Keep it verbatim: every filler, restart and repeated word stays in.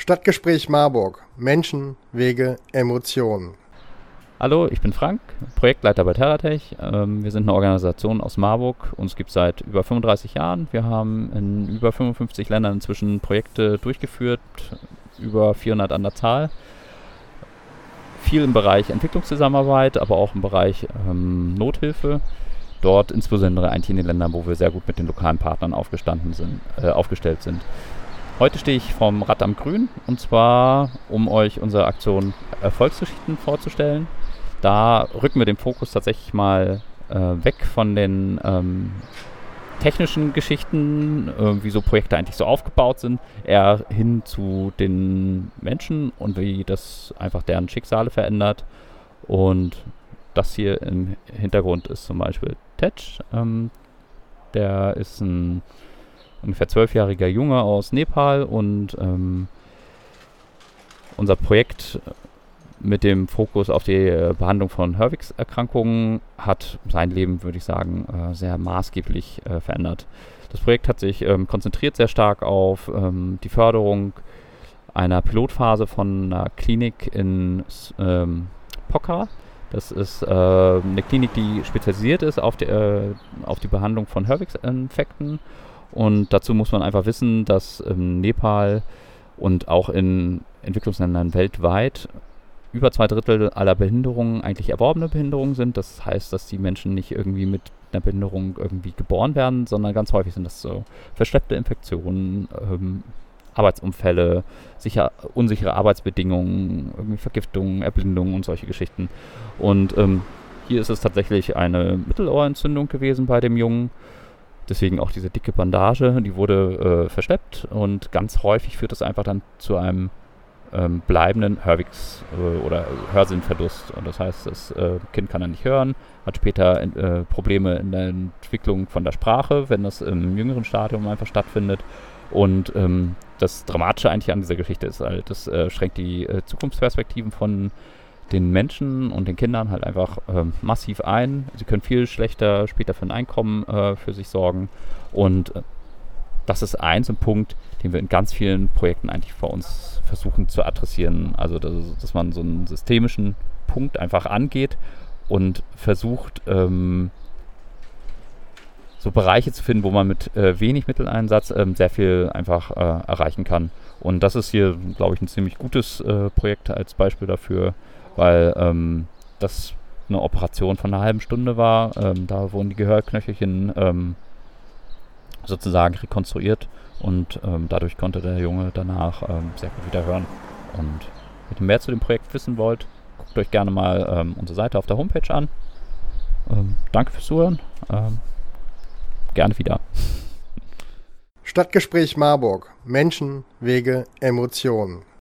Stadtgespräch Marburg. Menschen, Wege, Emotionen. Hallo, ich bin Frank, Projektleiter bei Terratech. Wir sind eine Organisation aus Marburg. Uns gibt es seit über fünfunddreißig Jahren. Wir haben in über fünfundfünfzig Ländern inzwischen Projekte durchgeführt, über vierhundert an der Zahl. Viel im Bereich Entwicklungszusammenarbeit, aber auch im Bereich ähm, Nothilfe. Dort insbesondere eigentlich in den Ländern, wo wir sehr gut mit den lokalen Partnern aufgestanden sind, äh, aufgestellt sind. Heute stehe ich vom Rad am Grün, und zwar, um euch unsere Aktion Erfolgsgeschichten vorzustellen. Da rücken wir den Fokus tatsächlich mal äh, weg von den ähm, technischen Geschichten, äh, wie so Projekte eigentlich so aufgebaut sind, eher hin zu den Menschen und wie das einfach deren Schicksale verändert. Und das hier im Hintergrund ist zum Beispiel Tej. Ähm, der ist ein ungefähr zwölfjähriger Junge aus Nepal, und ähm, unser Projekt mit dem Fokus auf die äh, Behandlung von Hörwigserkrankungen hat sein Leben, würde ich sagen, äh, sehr maßgeblich äh, verändert. Das Projekt hat sich ähm, konzentriert sehr stark auf ähm, die Förderung einer Pilotphase von einer Klinik in ähm, Pokhara. Das ist äh, eine Klinik, die spezialisiert ist auf die, äh, auf die Behandlung von Hörwigsinfekten. Und dazu muss man einfach wissen, dass in Nepal und auch in Entwicklungsländern weltweit über zwei Drittel aller Behinderungen eigentlich erworbene Behinderungen sind. Das heißt, dass die Menschen nicht irgendwie mit einer Behinderung irgendwie geboren werden, sondern ganz häufig sind das so verschleppte Infektionen, ähm, Arbeitsunfälle, sicher, unsichere Arbeitsbedingungen, irgendwie Vergiftungen, Erblindungen und solche Geschichten. Und ähm, hier ist es tatsächlich eine Mittelohrentzündung gewesen bei dem Jungen. Deswegen auch diese dicke Bandage, die wurde äh, verschleppt, und ganz häufig führt das einfach dann zu einem ähm, bleibenden Hörwigs- äh, oder Hörsinnverlust. Und das heißt, das äh, Kind kann dann nicht hören, hat später äh, Probleme in der Entwicklung von der Sprache, wenn das im jüngeren Stadium einfach stattfindet. Und ähm, das Dramatische eigentlich an dieser Geschichte ist halt, das äh, schränkt die äh, Zukunftsperspektiven von den Menschen und den Kindern halt einfach ähm, massiv ein. Sie können viel schlechter später für ein Einkommen äh, für sich sorgen, und äh, das ist ein, so ein Punkt, den wir in ganz vielen Projekten eigentlich vor uns versuchen zu adressieren. Also dass, dass man so einen systemischen Punkt einfach angeht und versucht, ähm, so Bereiche zu finden, wo man mit äh, wenig Mitteleinsatz ähm, sehr viel einfach äh, erreichen kann. Und das ist hier, glaube ich, ein ziemlich gutes äh, Projekt als Beispiel dafür, weil ähm, das eine Operation von einer halben Stunde war. Ähm, da wurden die Gehörknöchelchen ähm, sozusagen rekonstruiert, und ähm, dadurch konnte der Junge danach ähm, sehr gut wieder hören. Und wenn ihr mehr zu dem Projekt wissen wollt, guckt euch gerne mal ähm, unsere Seite auf der Homepage an. Ähm, danke fürs Zuhören. Ähm, gerne wieder. Stadtgespräch Marburg. Menschen, Wege, Emotionen.